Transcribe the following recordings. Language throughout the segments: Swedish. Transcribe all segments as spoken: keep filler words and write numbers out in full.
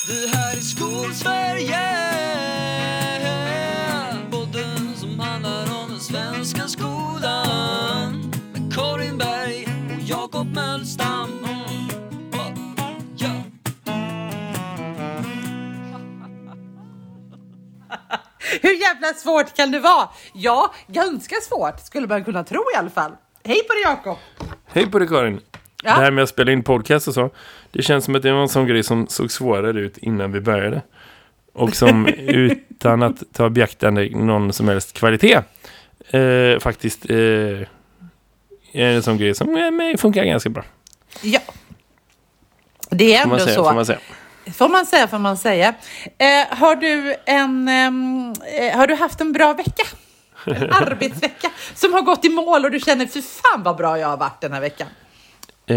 Det här är Skolsverige, podden som handlar om den svenska skolan, med Karin Berg och Jakob Mölstam. Hur jävla svårt kan det vara? Ja, ganska svårt skulle man kunna tro i alla fall. Hej på dig, Jakob. Hej på dig, Karin. Ja? Det här med att spela in podcast och så, det känns som att det var en sån grej som såg svårare ut innan vi började. Och som utan att ta beaktande någon som helst kvalitet eh, faktiskt eh, är en sån grej som eh, funkar ganska bra. Ja, det är ändå säga, så. Får man säga. Får man säga, får man säga. Eh, har du en eh, har du haft en bra vecka? En arbetsvecka som har gått i mål och du känner för fan vad bra jag har varit den här veckan. Eh,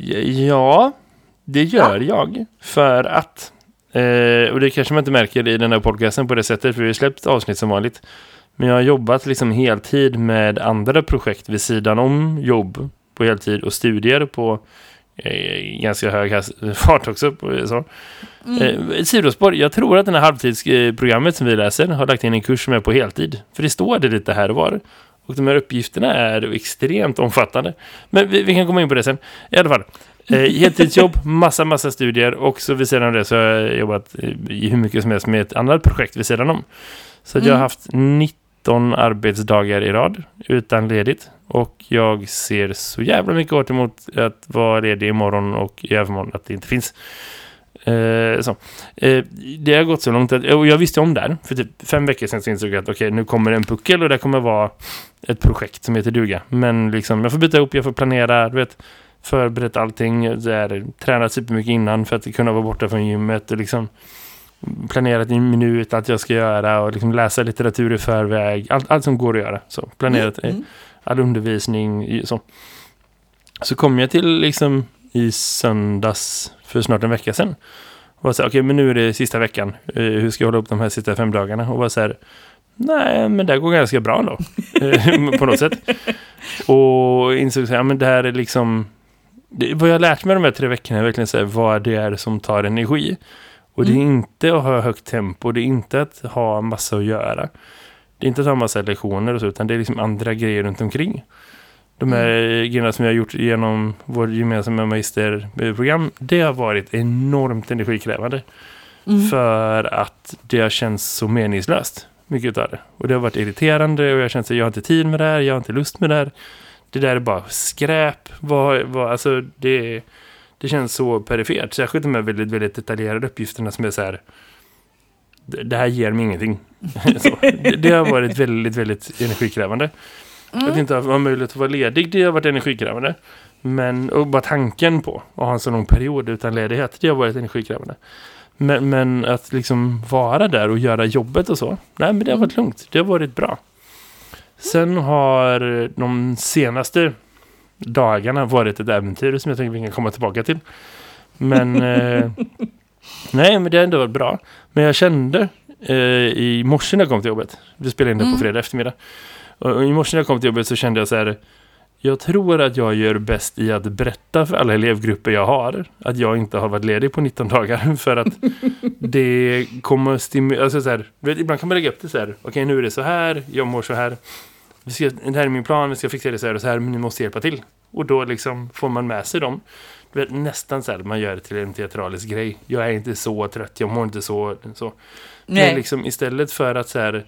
ja, det gör ja. jag. För att, eh, och det kanske man inte märker i den här podcasten på det sättet, för vi har släppt avsnitt som vanligt. Men jag har jobbat liksom heltid med andra projekt vid sidan om jobb på heltid och studier på eh, ganska hög fart också. På, så. Mm. Eh, sidospår, jag tror att den här halvtidsprogrammet som vi läser har lagt in en kurs som är på heltid. För det står det lite här och var. Och de här uppgifterna är extremt omfattande. Men vi, vi kan komma in på det sen. I alla fall, eh, heltidsjobb, massa, massa studier. Och så vid sidan av det så har jag jobbat i hur mycket som helst med ett annat projekt vid sidan om. Så mm. jag har haft nitton arbetsdagar i rad utan ledigt. Och jag ser så jävla mycket åt emot att vara ledig imorgon och i övermorgon att det inte finns. Eh, så. Eh, det har gått så långt att, och jag visste om där för typ fem veckor sedan så insåg jag att okej, okay, nu kommer en puckel och det kommer vara ett projekt som heter duga, men liksom jag får byta upp, jag får planera, du vet, förberett allting där, tränat supermycket innan för att kunna vara borta från gymmet och liksom planerat i en minut att jag ska göra och liksom läsa litteratur i förväg, allt, allt som går att göra, så planerat mm. all undervisning så. Så kom jag till liksom i söndags för snart en vecka sedan. Och var så här, okej, okay, men nu är det sista veckan. Uh, hur ska jag hålla upp de här sista fem dagarna? Och var så här, nej, men det går ganska bra då. På något sätt. Och insåg så här, men det här är liksom, det, vad jag har lärt mig de här tre veckorna är verkligen så här, vad det är som tar energi. Och det är mm. inte att ha högt tempo, det är inte att ha massa att göra. Det är inte att ha massa lektioner och så, utan det är liksom andra grejer runt omkring. De här mm. grejerna som jag har gjort genom vår gemensamma magisterprogram, det har varit enormt energikrävande. Mm. För att det har känts så meningslöst, mycket av det. Och det har varit irriterande och jag känner att jag har inte tid med det här, jag har inte lust med det här. Det där är bara skräp. Vad, vad, alltså det, det känns så perifert. Särskilt de här väldigt, väldigt detaljerade uppgifterna som är så här, det här ger mig ingenting. så, det, det har varit väldigt, väldigt energikrävande. Mm. Att inte ha möjlighet att vara ledig, det har varit energikrävande. Men och bara tanken på att ha en så lång period utan ledighet, det har varit energikrävande. Men, men att liksom vara där och göra jobbet och så, nej, men det har varit lugnt. Det har varit bra. Sen har de senaste dagarna varit ett äventyr som jag tänker vi kan komma tillbaka till. Men eh, nej, men det har ändå varit bra. Men jag kände eh, i morse när jag kom till jobbet, vi spelade in det på fredag eftermiddag. Och i morse när jag kom till jobbet så kände jag så här, jag tror att jag gör bäst i att berätta för alla elevgrupper jag har att jag inte har varit ledig på nitton dagar för att det kommer stimulera, alltså så här, vet, ibland kan man lägga upp det så här, okej, okay, nu är det så här, jag mår så här, vi ska, det här är min plan, vi ska fixa det så här och så här, men ni måste hjälpa till. Och då liksom får man med sig dem. Du vet, nästan så här, man gör det till en teatralisk grej. Jag är inte så trött, jag mår inte så. så. Men liksom istället för att så här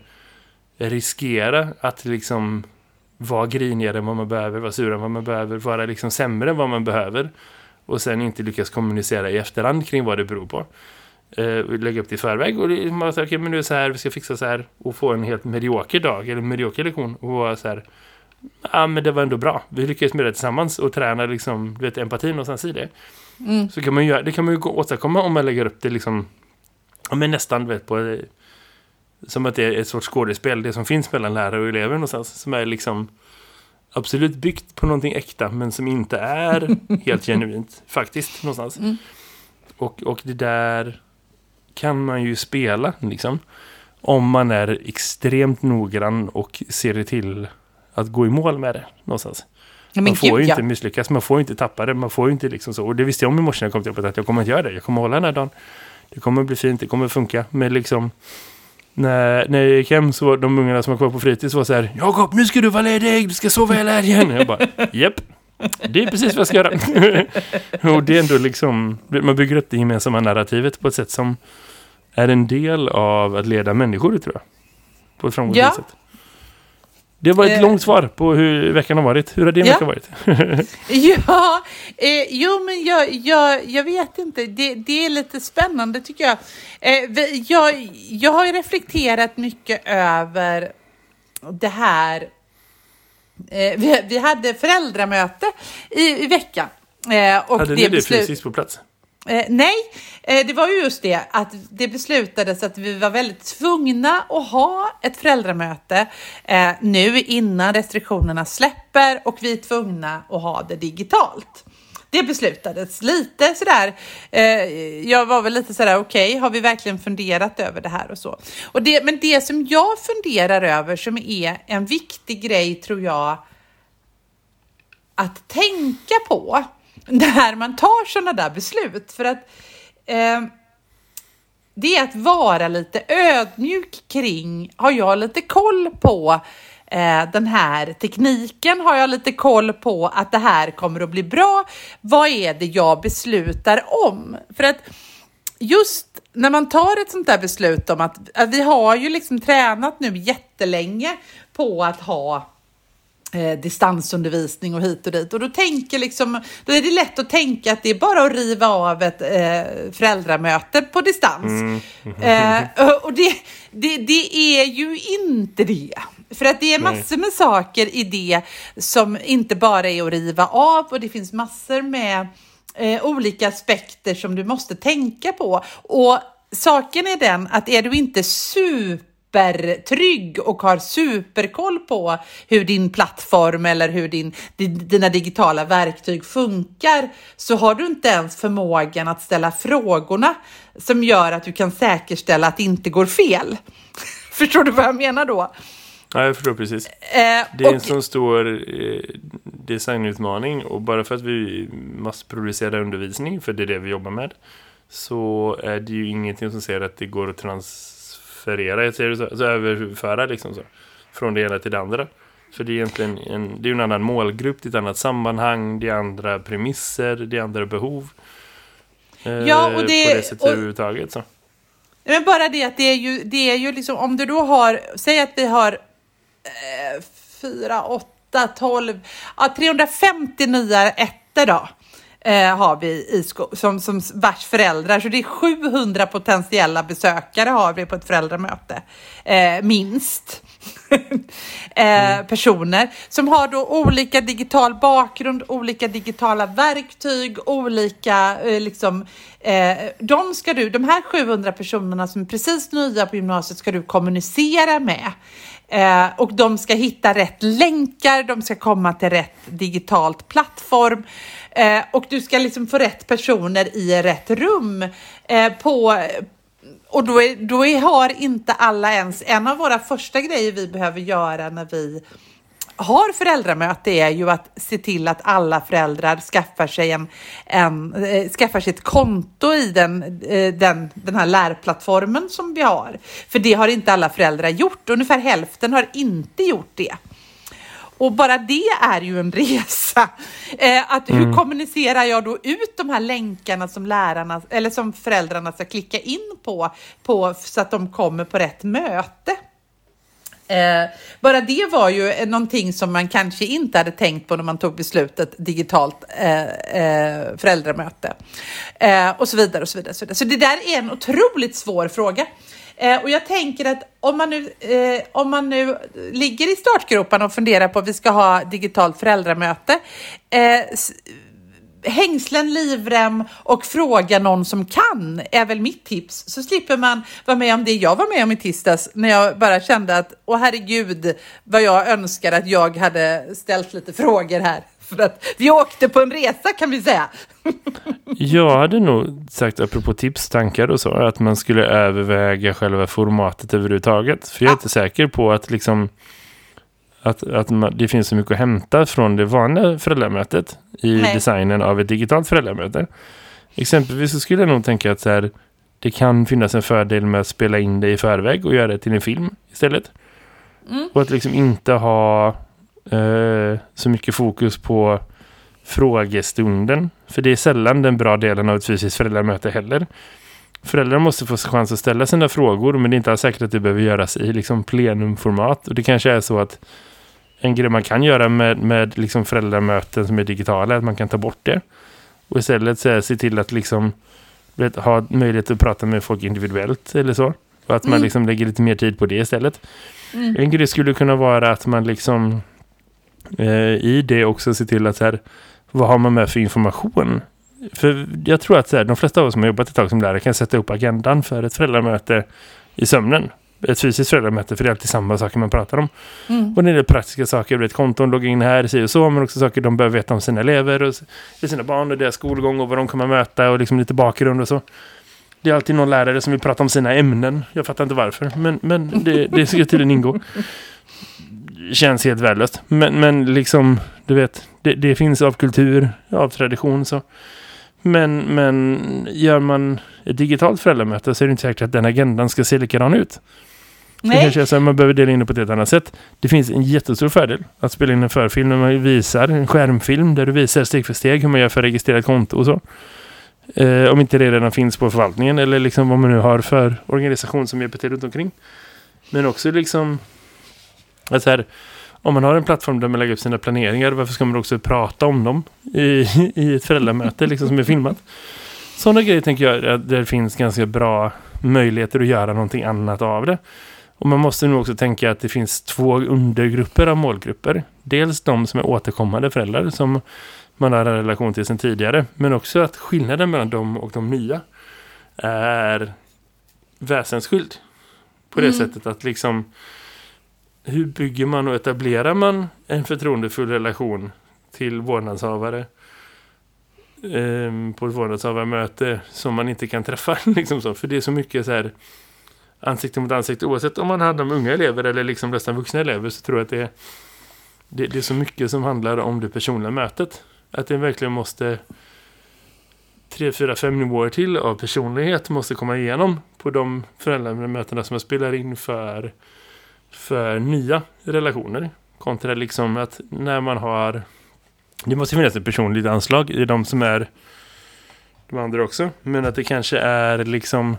riskera att liksom vara grinigare än vad man behöver, vara surare än vad man behöver, vara liksom sämre än vad man behöver och sen inte lyckas kommunicera i efterhand kring vad det beror på. Uh, lägga upp det i förväg och man säger, okej, men nu är det så här, vi ska fixa så här och få en helt medioker dag eller en medioker lektion och vara så här, ja, ah, men det var ändå bra. Vi lyckades med det tillsammans och träna liksom, du vet, empatin någonstans i det. Mm. Så kan man göra, det kan man ju åstadkomma om man lägger upp det liksom, ja, men nästan, vet, på som att det är ett sorts skådespel, det som finns mellan lärare och elever någonstans, som är liksom absolut byggt på någonting äkta, men som inte är helt genuint, faktiskt, någonstans. Mm. Och, och det där kan man ju spela, liksom, om man är extremt noggrann och ser det till att gå i mål med det, någonstans. Ja, man får Gud, ju inte ja. misslyckas, man får ju inte tappa det, man får ju inte liksom så. Och det visste jag om i morse när jag kom till jobbet, att jag kommer att göra det, jag kommer att hålla den här dagen. det kommer bli fint, det kommer funka. Men liksom, när, när jag gick hem så var de ungarna som var kvar på fritids var så här, Jakob, nu ska du vara ledig, du ska sova hela helgen. Jag bara, japp, det är precis vad jag ska göra. Och det är ändå liksom, man bygger upp det gemensamma narrativet på ett sätt som är en del av att leda människor, tror jag. På ett framgångsrikt ja. sätt. Det var ett eh. långt svar på hur veckan har varit. Hur har din ja. vecka varit? ja, eh, jo men jag, jag, jag vet inte. Det, det är lite spännande tycker jag. Eh, vi, jag. Jag har ju reflekterat mycket över det här. Eh, vi, vi hade föräldramöte i, i veckan. Eh, och hade det ni det beslut... fysiskt på plats? Eh, nej, eh, det var ju just det att det beslutades att vi var väldigt tvungna att ha ett föräldramöte eh, nu innan restriktionerna släpper och vi är tvungna att ha det digitalt. Det beslutades lite sådär, eh, jag var väl lite sådär okej, okay, har vi verkligen funderat över det här och så. Och det, men det som jag funderar över som är en viktig grej tror jag att tänka på när man tar sådana där beslut, för att eh, det är att vara lite ödmjuk kring, har jag lite koll på eh, den här tekniken, har jag lite koll på att det här kommer att bli bra, vad är det jag beslutar om? För att just när man tar ett sånt där beslut om att, att vi har ju liksom tränat nu jättelänge på att ha Eh, distansundervisning och hit och dit. Och då tänker liksom, då är det lätt att tänka att det är bara att riva av ett eh, föräldramöte på distans. Mm. Eh, och det, det, det är ju inte det. För att det är massor med saker i det som inte bara är att riva av, och det finns massor med eh, olika aspekter som du måste tänka på. Och saken är den att är du inte super trygg och har superkoll på hur din plattform eller hur din, dina digitala verktyg funkar, så har du inte ens förmågan att ställa frågorna som gör att du kan säkerställa att det inte går fel. Förstår du vad jag menar då? Ja, jag förstår precis. Eh, det är och... en sån stor eh, designutmaning, och bara för att vi massproducerar undervisning, för det är det vi jobbar med, så är det ju ingenting som säger att det går att trans Förera, jag säger så, så överföra liksom så, från det ena till det andra. För det är egentligen en, det är en annan målgrupp, det är ett annat sammanhang, det är andra premisser, det är andra behov. Eh, ja, och det, på det sättet och, överhuvudtaget. Så. Men bara det att det är ju, det är ju liksom, om du då har, säg att vi har eh, fyra, åtta, tolv, ja, trehundrafemtio nya ettor då. Eh, har vi i sko- som, som vars föräldrar, så det är sjuhundra potentiella besökare har vi på ett föräldramöte, eh, minst eh, mm. personer som har då olika digital bakgrund, olika digitala verktyg, olika eh, liksom, eh, de ska du, de här sjuhundra personerna som är precis nya på gymnasiet ska du kommunicera med. Eh, och de ska hitta rätt länkar, de ska komma till rätt digitalt plattform, eh, och du ska liksom få rätt personer i rätt rum eh, på, och då, är, då är, har inte alla ens, en av våra första grejer vi behöver göra när vi har föräldramöte är ju att se till att alla föräldrar skaffar sig en, en äh, skaffar sig ett konto i den, äh, den, den här lärplattformen som vi har. För det har inte alla föräldrar gjort. Ungefär hälften har inte gjort det. Och bara det är ju en resa. Eh, att hur mm. kommunicerar jag då ut de här länkarna som lärarna eller som föräldrarna ska klicka in på, på så att de kommer på rätt möte. Eh, bara det var ju någonting som man kanske inte hade tänkt på när man tog beslutet digitalt eh, eh, föräldramöte eh, och så vidare och så vidare, så vidare. Så det där är en otroligt svår fråga. Eh, och jag tänker att om man, nu, eh, om man nu ligger i startgroparna och funderar på att vi ska ha digitalt föräldramöte, eh, hängslen, livrem och fråga någon som kan är väl mitt tips. Så slipper man vara med om det jag var med om i tisdags, när jag bara kände att åh herregud vad jag önskar att jag hade ställt lite frågor här. För att vi åkte på en resa kan vi säga. Jag hade nog sagt, apropå tips, tankar och så, att man skulle överväga själva formatet överhuvudtaget. För jag är ja. inte säker på att liksom att, att man, det finns så mycket att hämta från det vanliga föräldramötet i Nej. designen av ett digitalt föräldramöte. Exempelvis så skulle jag nog tänka att så här, det kan finnas en fördel med att spela in det i förväg och göra det till en film istället. Mm. Och att liksom inte ha eh, så mycket fokus på frågestunden. För det är sällan den bra delen av ett fysiskt föräldramöte heller. Föräldrar måste få chans att ställa sina frågor, men det är inte alls säkert att det behöver göras i liksom plenumformat. Och det kanske är så att en grej man kan göra med, med liksom föräldramöten som är digitala är att man kan ta bort det. Och istället så se till att liksom, vet, ha möjlighet att prata med folk individuellt eller så. Och att man mm. liksom lägger lite mer tid på det istället. Mm. En grej skulle kunna vara att man liksom eh, i det också ser till att så här, vad har man med för information? För jag tror att så här, de flesta av oss som har jobbat ett tag som lärare kan sätta upp agendan för ett föräldramöte i sömnen. Ett fysiskt föräldramöte, för det är alltid samma saker man pratar om. Mm. Och det är praktiska saker, ett konton, logga in här, säger så, men också saker de behöver veta om sina elever och sina barn och deras skolgång och vad de kommer möta och liksom lite bakgrund och så. Det är alltid någon lärare som vill prata om sina ämnen. Jag fattar inte varför, men, men det, det ska tydligen ingå. Känns helt värdelöst. Men, men liksom, du vet, det, det finns av kultur, av tradition så. Men, men gör man ett digitalt föräldramöte så är det inte säkert att den agendan ska se likadan ut. Nej. Det kanske är så att man behöver dela in det på ett helt annat sätt. Det finns en jättestor fördel att spela in en förfilm när man visar en skärmfilm där du visar steg för steg hur man gör för registrerat konto och så. Eh, om inte det redan finns på förvaltningen eller liksom vad man nu har för organisation som hjälper till runt omkring. Men också liksom att så här, om man har en plattform där man lägger upp sina planeringar, varför ska man också prata om dem i, i ett föräldramöte liksom, som är filmat? Sådana grejer tänker jag att det finns ganska bra möjligheter att göra någonting annat av det. Och man måste nog också tänka att det finns två undergrupper av målgrupper. Dels de som är återkommande föräldrar som man har en relation till sedan tidigare. Men också att skillnaden mellan dem och de nya är väsensskild. På det mm. sättet att liksom, hur bygger man och etablerar man en förtroendefull relation till vårdnadshavare eh, på ett vårdnadshavarmöte som man inte kan träffa liksom så. För det är så mycket så här ansikte mot ansikte, oavsett om man handlar om unga elever eller liksom nästan vuxna elever, så tror jag att det är, det, det är så mycket som handlar om det personliga mötet. Att det verkligen måste tre, fyra, fem nivåer till av personlighet måste komma igenom på de föräldramötena som man spelar in för för nya relationer. Kontra liksom att när man har, det måste finnas ett personligt anslag i de som är de andra också, men att det kanske är liksom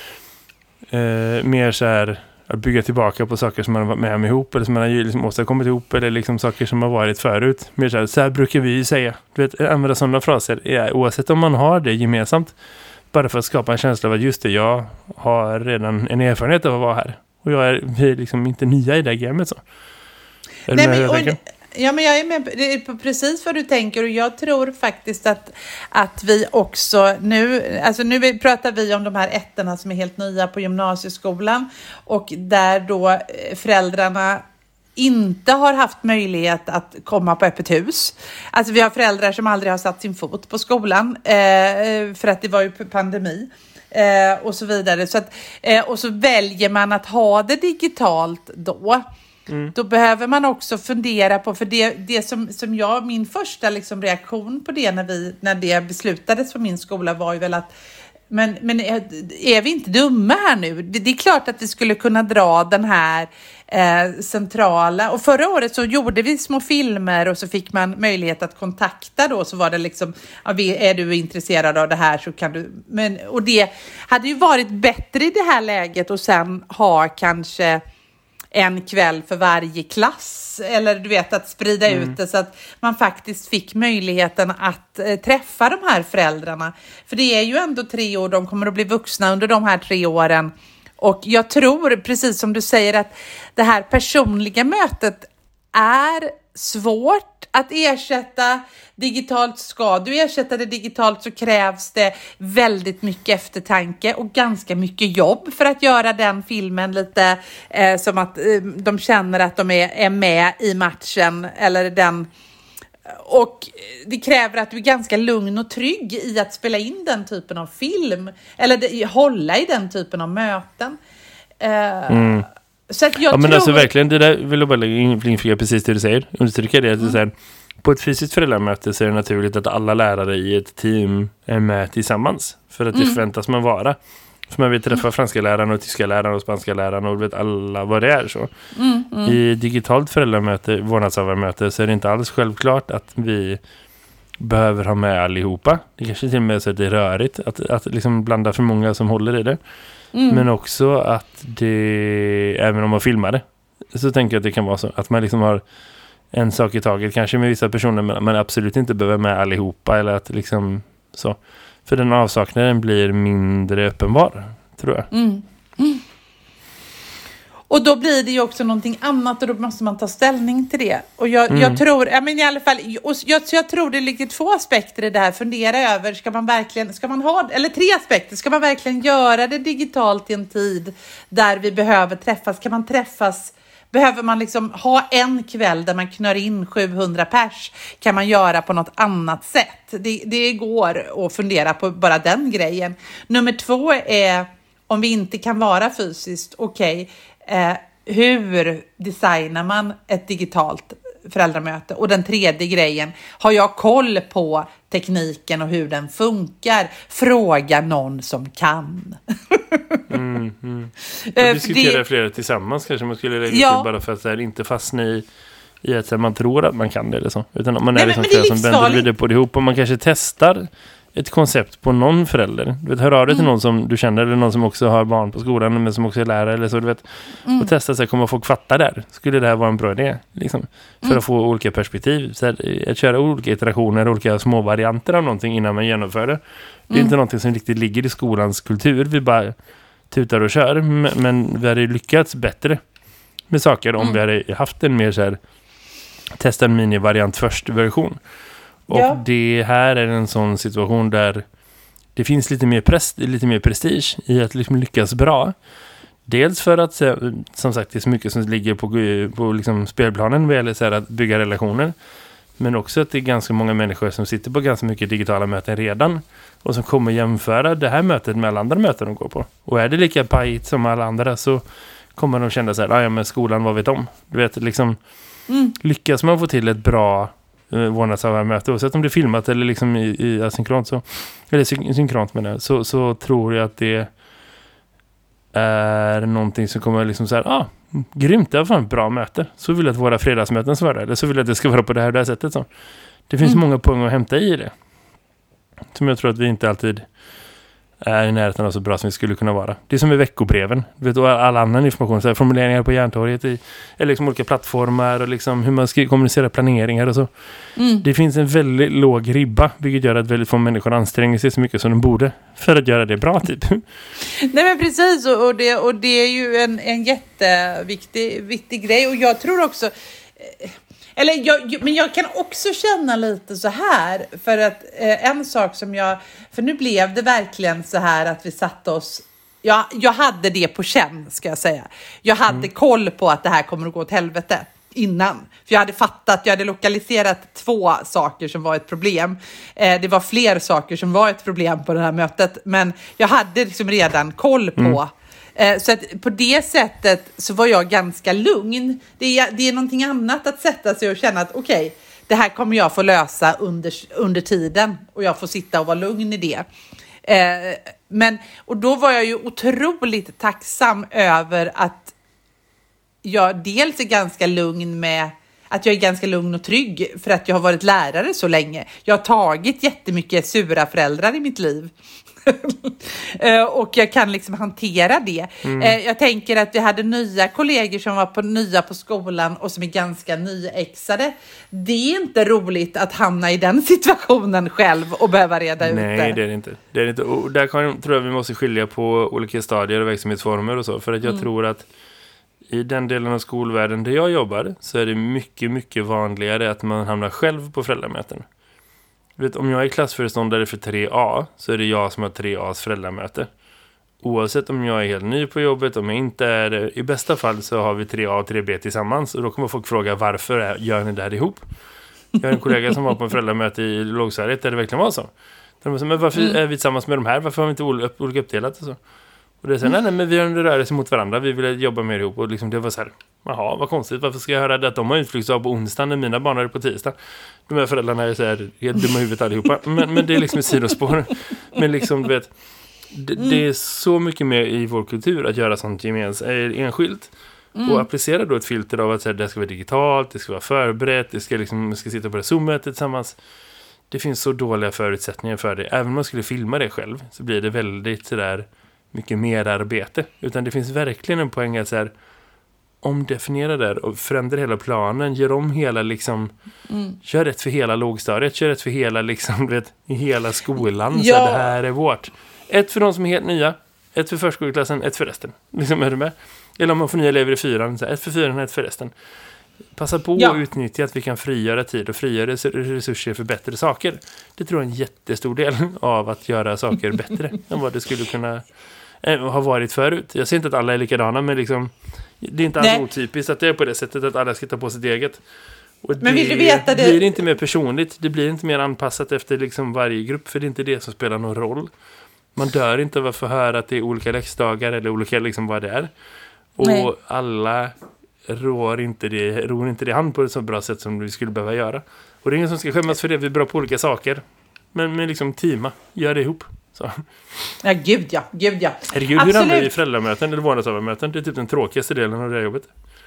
eh, mer så här att bygga tillbaka på saker som man har varit med om ihop eller som man har liksom åstadkommit ihop eller liksom saker som har varit förut. Mer så här, så här brukar vi säga. Du vet, använda sådana fraser ja, oavsett om man har det gemensamt, bara för att skapa en känsla av att just det, jag har redan en erfarenhet av att vara här. Och jag är, vi är liksom inte nya i det här gamet så. Är Nej, men, och, ja, men jag är med på precis vad du tänker, och jag tror faktiskt att, att vi också nu, alltså nu pratar vi om de här ettorna som är helt nya på gymnasieskolan och där då föräldrarna inte har haft möjlighet att komma på öppet hus. Alltså vi har föräldrar som aldrig har satt sin fot på skolan eh, för att det var ju pandemi. Eh, och så vidare. Så att, eh, och så väljer man att ha det digitalt då. Mm. Då behöver man också fundera på, för det, det som, som jag, min första liksom reaktion på det när, vi, när det beslutades på min skola var ju väl att men, men är vi inte dumma här nu? Det, det är klart att vi skulle kunna dra den här eh, centrala. Och förra året så gjorde vi små filmer och så fick man möjlighet att kontakta då. Så var det liksom, ja, är du intresserad av det här så kan du. Men, och det hade ju varit bättre i det här läget och sen ha kanske en kväll för varje klass. Eller du vet, att sprida mm. ut det så att man faktiskt fick möjligheten att eh, träffa de här föräldrarna. För det är ju ändå tre år, de kommer att bli vuxna under de här tre åren. Och jag tror, precis som du säger, att det här personliga mötet är svårt att ersätta digitalt. Ska du ersätta det digitalt så krävs det väldigt mycket eftertanke och ganska mycket jobb för att göra den filmen lite eh, som att eh, de känner att de är, är med i matchen eller den. Och det kräver att du är ganska lugn och trygg i att spela in den typen av film eller det, hålla i den typen av möten. Eh, mm. Så att jag ja, men tror... alltså verkligen, det där vill jag bara inflyga precis det du säger. Understryka det, att mm. det är så här, på ett fysiskt föräldramöte så är det naturligt att alla lärare i ett team är med tillsammans. För att det mm. förväntas man vara. För man vill träffa franska läraren och tyska läraren och spanska läraren och vet alla vad det är så. Mm, mm. I digitalt föräldramöte, vårdnadshavarmöte så är det inte alls självklart att vi behöver ha med allihopa. Det kanske till och med så att det är rörigt att, att liksom blanda för många som håller i det. Mm. Men också att det, även om man filmar det, så tänker jag att det kan vara så. Att man liksom har en sak i taget, kanske med vissa personer, men man absolut inte behöver med allihopa. Eller att liksom så. För den avsaknaden blir mindre uppenbar, tror jag. Mm. Mm. Och då blir det ju också någonting annat och då måste man ta ställning till det. Och jag, mm. jag tror, ja men i alla fall, och jag, jag tror det ligger två aspekter i det här. Fundera över, ska man verkligen, ska man ha, eller tre aspekter, ska man verkligen göra det digitalt i en tid där vi behöver träffas? Kan man träffas, behöver man liksom ha en kväll där man knör in sjuhundra pers? Kan man göra på något annat sätt? Det, det går att fundera på bara den grejen. Nummer två är, om vi inte kan vara fysiskt, okej, okay, Eh, hur designar man ett digitalt föräldramöte? Och den tredje grejen, har jag koll på tekniken och hur den funkar? Fråga någon som kan. mm, mm. Jag diskuterar det, flera tillsammans kanske man skulle lägga ja. till bara för att här, inte fastna i, i att här, man tror att man kan det eller så. Utan man är Nej, liksom men, flera men som vänder vidare på det ihop och man kanske testar ett koncept på någon förälder. Du vet, hör av dig till mm. någon som du känner eller någon som också har barn på skolan men som också är lärare eller så, du vet. Mm. Och testa sig, kommer folk fatta där? Skulle det här vara en bra idé? Liksom, för mm. att få olika perspektiv. Så här, att köra olika iterationer, olika små varianter av någonting innan man genomför det. Det är mm. inte någonting som riktigt ligger i skolans kultur. Vi bara tutar och kör. Men vi hade lyckats bättre med saker om mm. vi hade haft en mer så här testa en mini-variant först-version. Och ja. det här är en sån situation där det finns lite mer, prest, lite mer prestige i att liksom lyckas bra. Dels för att, som sagt, det är så mycket som ligger på, på liksom spelplanen vad gäller så här att bygga relationer. Men också att det är ganska många människor som sitter på ganska mycket digitala möten redan. Och som kommer jämföra det här mötet med alla andra möten de går på. Och är det lika pajigt som alla andra så kommer de känna så här, ja men skolan, vad vet de? Du vet, liksom, mm. lyckas man få till ett bra vårdnadshavarmöte, oavsett om det är filmat eller liksom i, i asynkront så, eller syn- synkront med det, så, så tror jag att det är någonting som kommer liksom så här, ah, grymt, det var fan ett bra möte. Så vill jag att våra fredagsmöten ska vara, eller så vill jag att det ska vara på det här, det här sättet. Så. Det finns mm. många poäng att hämta i det. Som jag tror att vi inte alltid är i närheten av så bra som vi skulle kunna vara. Det är som i veckobreven. Du vet, och all annan information. Så här, formuleringar på Järntorget i, eller liksom olika plattformar och liksom hur man ska kommunicera planeringar och så. Mm. Det finns en väldigt låg ribba, vilket gör att väldigt få människor anstränger sig så mycket som de borde för att göra det bra typ. Nej men precis, och det, och det är ju en, en jätteviktig viktig grej. Och jag tror också... Eller jag, men jag kan också känna lite så här, för att eh, en sak som jag, för nu blev det verkligen så här att vi satte oss, ja, jag hade det på känn ska jag säga. Jag hade mm. koll på att det här kommer att gå åt helvete innan. För jag hade fattat, jag hade lokaliserat två saker som var ett problem. Eh, det var fler saker som var ett problem på det här mötet, men jag hade liksom redan koll på mm. Så att på det sättet så var jag ganska lugn. Det är, det är någonting annat att sätta sig och känna att okej, okay, det här kommer jag få lösa under, under tiden. Och jag får sitta och vara lugn i det. Eh, men, och då var jag ju otroligt tacksam över att jag dels är ganska lugn med... Att jag är ganska lugn och trygg för att jag har varit lärare så länge. Jag har tagit jättemycket sura föräldrar i mitt liv. Och jag kan liksom hantera det. Mm. Jag tänker att vi hade nya kollegor som var på, nya på skolan och som är ganska nyexade. Det är inte roligt att hamna i den situationen själv och behöva reda ut det. Nej, det är det inte. Det är det inte. Och där kan, tror jag vi måste skilja på olika stadier och verksamhetsformer och så. För att jag mm. tror att i den delen av skolvärlden där jag jobbar så är det mycket, mycket vanligare att man hamnar själv på föräldramöten. Vet, om jag är klassföreståndare för tre A så är det jag som har tre A's föräldramöte. Oavsett om jag är helt ny på jobbet, om jag inte är det. I bästa fall så har vi tre A och tre B tillsammans och då kommer folk fråga varför gör ni det här ihop? Jag har en kollega som var på en föräldramöte i lågstadiet där det verkligen var så. De sa, men varför mm. är vi tillsammans med de här? Varför har vi inte olika uppdelat och så? Och det är så, nej, nej, men vi har en rörelse mot varandra. Vi vill jobba mer ihop. Och liksom det var så här, jaha, vad konstigt. Varför ska jag höra det att de har utflyktsdag på onsdag när mina barn är på tisdag? De här föräldrarna är så här, helt dumma i huvudet allihopa. Men, men det är liksom ett sidospår. Men liksom, du vet, Det, mm. det är så mycket mer i vår kultur att göra sånt gemensamt, enskilt. Mm. Och applicera då ett filter av att så här, det ska vara digitalt, det ska vara förberett, det ska, liksom, man ska sitta på det Zoom-mötet tillsammans. Det finns så dåliga förutsättningar för det. Även om man skulle filma det själv så blir det väldigt så där, mycket mer arbete. Utan det finns verkligen en poäng att så här, omdefiniera där och förändra hela planen, gör om hela liksom, mm. kör rätt för hela lågstadiet, kör rätt för hela liksom, vet, i hela skolan. Ja. Så det här är vårt. Ett för de som är helt nya, ett för förskoleklassen, ett för resten. Liksom, är du med? Eller om man får nya elever i fyran, så ett för fyran, ett för resten. Passa på ja. att utnyttja att vi kan frigöra tid och frigöra resurser för bättre saker. Det tror jag är en jättestor del av att göra saker bättre än vad det skulle kunna eh, ha varit förut. Jag ser inte att alla är likadana, men liksom, det är inte alls otypiskt att det är på det sättet att alla ska ta på sitt eget. Och men det vill du veta det? Blir inte mer personligt, det blir inte mer anpassat efter liksom varje grupp, för det är inte det som spelar någon roll. Man dör inte av att få höra att det är olika läxdagar eller olika liksom vad det är. Och Nej. alla rår inte, det, rår inte det hand på ett så bra sätt som vi skulle behöva göra. Och det är ingen som ska skämmas för det, vi är bra på olika saker. Men, men liksom teama, gör det ihop. Så. Ja, gud ja, gud ja. Herregud, hur hamnar vi i föräldramöten eller vårdnadshavarmöten? Det är typ den tråkigaste delen av det här jobbet.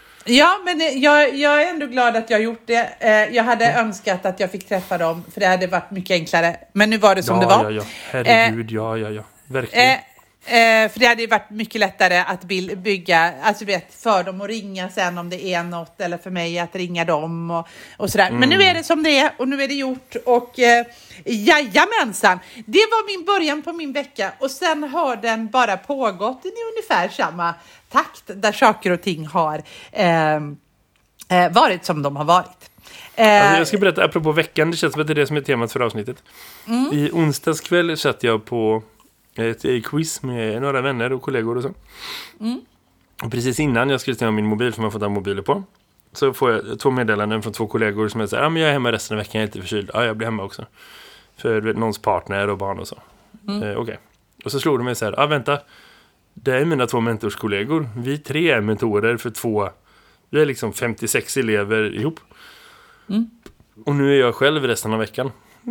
Ja, men jag, jag är ändå glad att jag har gjort det. Jag hade mm. önskat att jag fick träffa dem, för det hade varit mycket enklare. Men nu var det som ja, det var. Ja, ja, herregud, eh, ja, ja, ja. Verkligen. Eh, Eh, för det hade ju varit mycket lättare att bygga, alltså vet, för dem att ringa sen om det är något, eller för mig att ringa dem och, och sådär. Mm. Men nu är det som det är och nu är det gjort och eh, jajamensan, det var min början på min vecka och sen har den bara pågått i ungefär samma takt där saker och ting har eh, eh, varit som de har varit. Eh, alltså jag ska berätta, apropå veckan, det känns som att det är det som är temat för avsnittet. Mm. I onsdags kväll satt jag på ett quiz med några vänner och kollegor och så. Mm. Och precis innan jag skulle stänga min mobil, för man får ta mobiler på, så får jag två meddelanden från två kollegor som är så här, ja men jag är hemma resten av veckan, jag är inte förkyld. Ja, jag blir hemma också. För vet, någons partner och barn och så. Mm. Eh, Okej. Okay. Och så slog de mig så här, ja vänta, det är mina två mentorskollegor. Vi tre är mentorer för två, vi är liksom femtiosex elever ihop. Mm. Och nu är jag själv resten av veckan.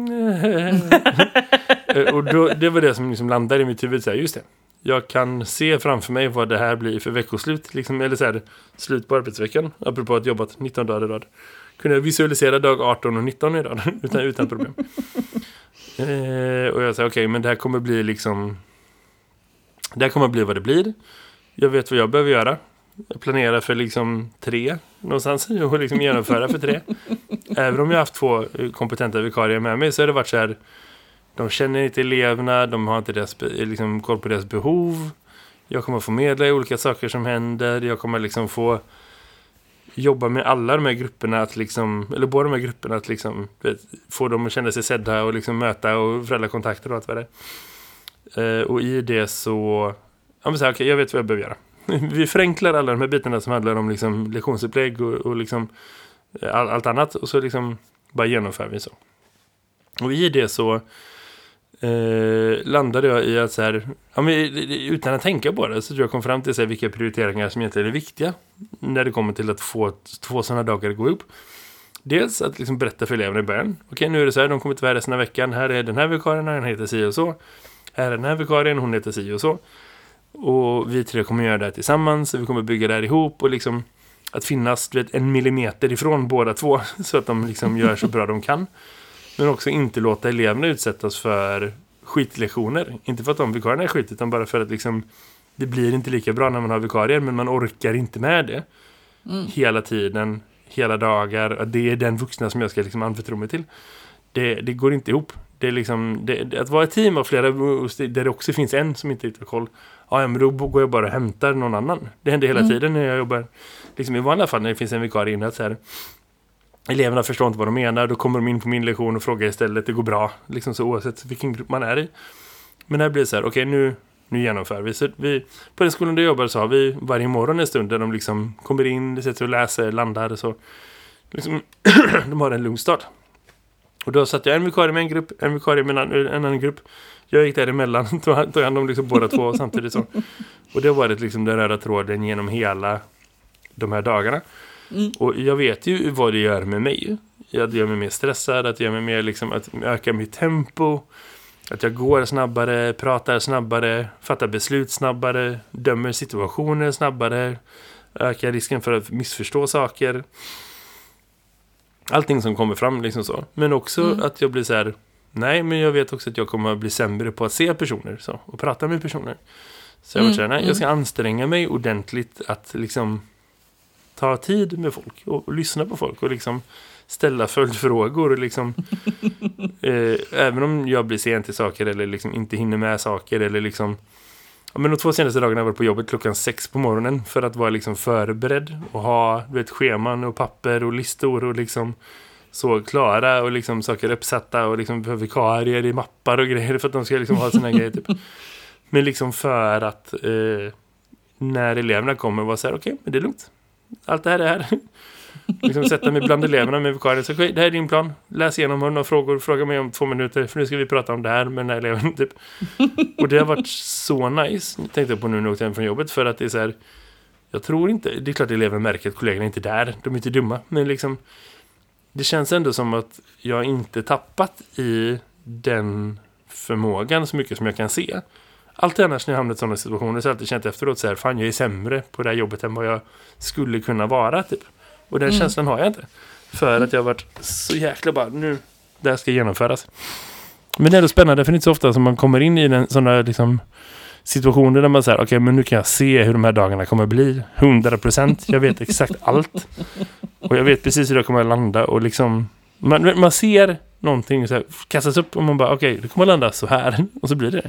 Och då, det var det som liksom landade i mitt huvud så här, just det. Jag kan se framför mig vad det här blir för veckoslut liksom, eller så här, slut på arbetsveckan, apropå att jobbat nitton dagar i rad. Kunde jag visualisera dag arton och nitton i rad utan, utan problem. eh, och jag sa okej, okay, men det här kommer bli liksom, det här kommer bli vad det blir. Jag vet vad jag behöver göra. Jag planerar för liksom tre någonstans och liksom genomföra för tre. Även om jag har haft två kompetenta vikarier med mig så har det varit så här, de känner inte eleverna, de har inte deras, liksom, koll på deras behov. Jag kommer få medla i olika saker som händer. Jag kommer liksom få jobba med alla de här grupperna, att liksom, eller båda de här grupperna, att liksom, vet, få dem att känna sig sedda och liksom möta och föräldrakontakter och allt vad det är. Eh, och i det så, ja, men så här, okay, jag vet vad jag behöver göra. Vi förenklar alla de här bitarna som handlar om liksom lektionsupplägg och, och liksom all, allt annat, och så liksom bara genomför vi så. Och i det så eh, landade jag i att så här, ja, men, utan att tänka på det så tror jag kom fram till så här, vilka prioriteringar som egentligen är viktiga när det kommer till att få två sådana dagar att gå upp. Dels att liksom berätta för eleverna i början. Okej, nu är det så här, de kommer inte vara resten av veckan. Här är den här vikarien, han heter si och så. Här är den här vikarien, hon heter si och så. Och vi tre kommer göra det här tillsammans. Och vi kommer bygga det här ihop. Och liksom att finnas, du vet, en millimeter ifrån båda två. Så att de liksom gör så bra de kan. Men också inte låta eleverna utsättas för skitlektioner. Inte för att de vikarierna är skit, utan bara för att liksom, det blir inte lika bra när man har vikarier. Men man orkar inte med det. Mm. Hela tiden, hela dagar. Det är den vuxna som jag ska liksom anförtro mig till. Det, det går inte ihop. Det är liksom, det, att vara ett team av flera där det också finns en som inte har koll. Ja, men då går jag bara och hämtar någon annan. Det händer hela mm. tiden när jag jobbar. Liksom i vanliga fall när det finns en vikarie innan så här. Eleverna förstår inte vad de menar. Då kommer de in på min lektion och frågar istället. Det går bra. Liksom så oavsett vilken grupp man är i. Men här blir det så här. Okej, okay, nu, nu genomför vi. Så vi. På den skolan där jag jobbar så har vi varje morgon en stund där de liksom kommer in, sätter och läser, landar. Så liksom, de har en lugn start. Och då satt jag en vikarie med en grupp, en vikarie med en, en annan grupp. Jag gick däremellan, tog, tog hand om liksom båda två samtidigt så. Och det har varit liksom den röda tråden genom hela de här dagarna. Mm. Och jag vet ju vad det gör med mig. Det gör mig mer stressad, att det gör mig mer liksom, att öka mitt tempo. Att jag går snabbare, pratar snabbare, fattar beslut snabbare, dömer situationer snabbare, ökar risken för att missförstå saker. Allting som kommer fram liksom så. Men också mm. att jag blir så här, nej, men jag vet också att jag kommer att bli sämre på att se personer så, och prata med personer. Så jag mm. vill säga, nej, jag ska anstränga mig ordentligt att liksom ta tid med folk och, och lyssna på folk och liksom ställa följdfrågor och liksom eh, även om jag blir sen till saker eller liksom inte hinner med saker eller liksom ja, men de två senaste dagarna var jag på jobbet klockan sex på morgonen för att vara liksom förberedd och ha du vet, scheman och papper och listor och liksom så klara och liksom saker uppsatta och liksom vikarier i mappar och grejer för att de ska liksom ha sina grejer typ. Men liksom för att eh, när eleverna kommer vara så här, okej, okay, men det är lugnt. Allt det här är här. Liksom sätta mig bland eleverna med vikarien. Så okay, det här är din plan. Läs igenom några frågor. Fråga mig om två minuter. För nu ska vi prata om det här med den här eleven. Typ. Och det har varit så nice. Tänkte jag på nu när jag åkte hem från jobbet. För att det är så här. Jag tror inte. Det är klart att eleven märker att kollegorna inte är där. De är inte dumma. Men liksom. Det känns ändå som att jag inte tappat i den förmågan så mycket som jag kan se. Alltid annars när jag hamnat i sådana situationer så har jag alltid känt efteråt så här, fan jag är sämre på det här jobbet än vad jag skulle kunna vara typ. Och den mm. känslan har jag inte. För att jag har varit så jäkla bara, nu, det här ska genomföras. Men det är då spännande för det är inte så ofta som man kommer in i en sådana liksom, situationer där man säger, okej okay, men nu kan jag se hur de här dagarna kommer bli. hundra procent, jag vet exakt allt. Och jag vet precis hur det kommer att landa och liksom, man, man ser någonting så här, kastas upp och man bara, okej, okay, det kommer att landa så här. Och så blir det.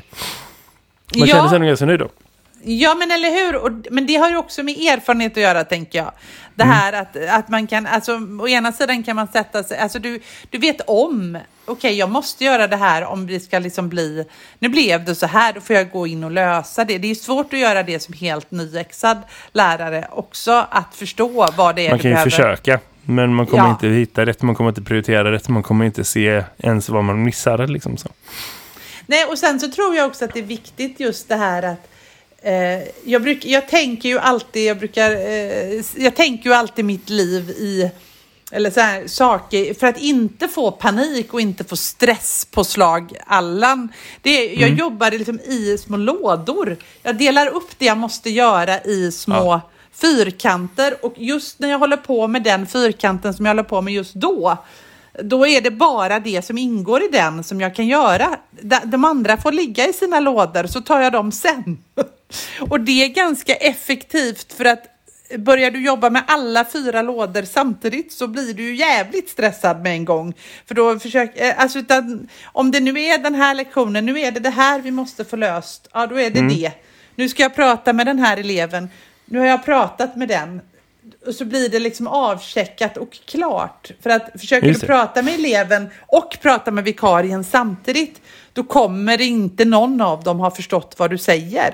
Man ja. känner sig nog ganska nöjd då. Ja, men eller hur? Och, men det har ju också med erfarenhet att göra, tänker jag. Det här mm. att, att man kan, alltså å ena sidan kan man sätta sig, alltså du, du vet om, okej okay, jag måste göra det här om det ska liksom bli, nu blev det så här, då får jag gå in och lösa det. Det är svårt att göra det som helt nyexad lärare också, att förstå vad det är man kan ju behöver. försöka, men man kommer ja. inte hitta rätt, man kommer inte prioritera rätt, man kommer inte se ens vad man missar liksom så. Nej, och sen så tror jag också att det är viktigt just det här att eh, jag, bruk, jag tänker ju alltid, jag brukar, eh, jag tänker ju alltid mitt liv i, eller så här, saker, för att inte få panik och inte få stresspåslag, Allan. Det, jag mm. jobbar liksom i små lådor. Jag delar upp det jag måste göra i små ja. fyrkanter, och just när jag håller på med den fyrkanten som jag håller på med just då, då är det bara det som ingår i den som jag kan göra. De andra får ligga i sina lådor, så tar jag dem sen. Och det är ganska effektivt, för att börjar du jobba med alla fyra lådor samtidigt så blir du ju jävligt stressad med en gång. För då försöker, alltså utan, om det nu är den här lektionen, nu är det det här vi måste få löst. Ja, då är det mm. det. Nu ska jag prata med den här eleven. Nu har jag pratat med den. Och så blir det liksom avcheckat och klart. För att försöker du prata med eleven och prata med vikarien samtidigt, då kommer det inte någon av dem ha förstått vad du säger.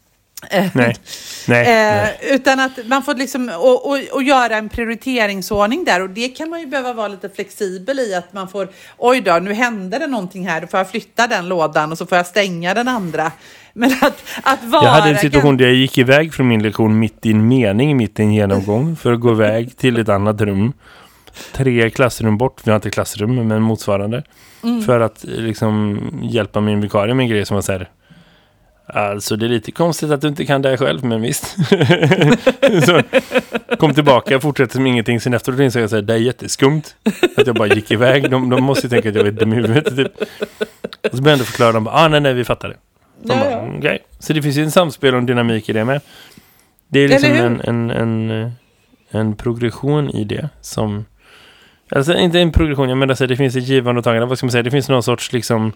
Nej. nej, eh, nej. Utan att man får liksom och, och, och göra en prioriteringsordning där. Och det kan man ju behöva vara lite flexibel i, att man får, oj då, nu händer det någonting här, då får jag flytta den lådan och så får jag stänga den andra. Men att, att vara... Jag hade en situation där jag gick iväg från min lektion mitt i en mening, mitt i en genomgång, för att gå iväg till ett annat rum. Tre klassrum bort, vi har inte klassrum men motsvarande. Mm. För att liksom hjälpa min vikarie med en grej som var så här: alltså det är lite konstigt att du inte kan det här själv, men visst. Så kom tillbaka, fortsatte som ingenting. Sen efteråt insåg jag att det är jätteskumt att jag bara gick iväg. De, de måste ju tänka att jag vet dem i huvudet typ. Och så började jag förklara dem, ah nej nej vi fattar det. De ja, bara, ja. Okay. Så det finns ju en samspel och en dynamik i det med. Det är liksom en, en, en, en progression i det som, alltså inte en progression, jag menar så det finns ett givande och tagande, vad ska man säga, det finns någon sorts liksom,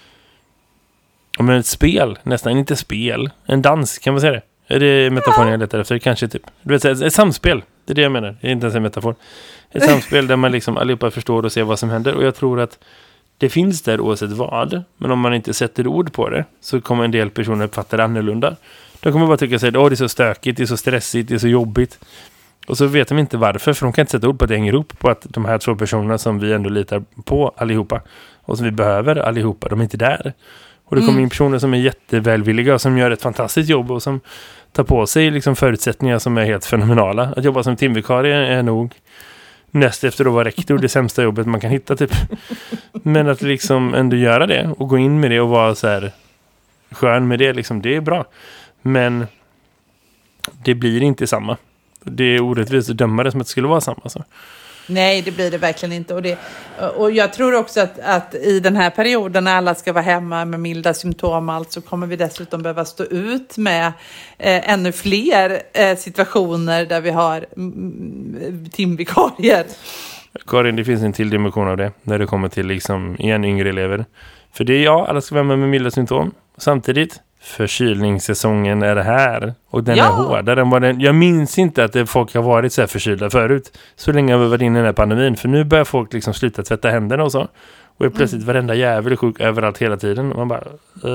men ett spel, nästan inte spel, en dans, kan man säga det? Är det metaforen jag letar efter? Kanske typ, du vet, ett, ett samspel, det är det jag menar, det är inte ens en metafor. Ett samspel där man liksom allihopa förstår och ser vad som händer, och jag tror att det finns där oavsett vad, men om man inte sätter ord på det så kommer en del personer uppfatta det annorlunda. De kommer bara tycka sig, åh det är så stökigt, det är så stressigt, det är så jobbigt. Och så vet de inte varför, för de kan inte sätta ord på att det hänger ihop på att de här två personerna som vi ändå litar på allihopa och som vi behöver allihopa, de är inte där. Och det kommer mm. in personer som är jättevälvilliga och som gör ett fantastiskt jobb och som tar på sig liksom förutsättningar som är helt fenomenala. Att jobba som timvikarie är nog näst efter att vara rektor, det sämsta jobbet man kan hitta typ. Men att liksom ändå göra det och gå in med det och vara så här skön med det, liksom, det är bra. Men det blir inte samma. Det är orättvist att döma det som att det skulle vara samma. Så. Nej, det blir det verkligen inte. Och, det, och jag tror också att, att i den här perioden när alla ska vara hemma med milda symptom och allt, så kommer vi dessutom behöva stå ut med eh, ännu fler eh, situationer där vi har mm, timvikarier. Karin, det finns en till dimension av det när det kommer till liksom igen yngre elever. För det är ja, alla ska vara med med milda symptom. Samtidigt, förkylningssäsongen är det här. Och den ja. är hårdare än vad den... Jag minns inte att det, folk har varit så här förkylda förut. Så länge har vi varit inne i den här pandemin. För nu börjar folk liksom sluta tvätta händerna och så. Och är plötsligt mm. varenda jävel är sjuk överallt hela tiden. Och man bara...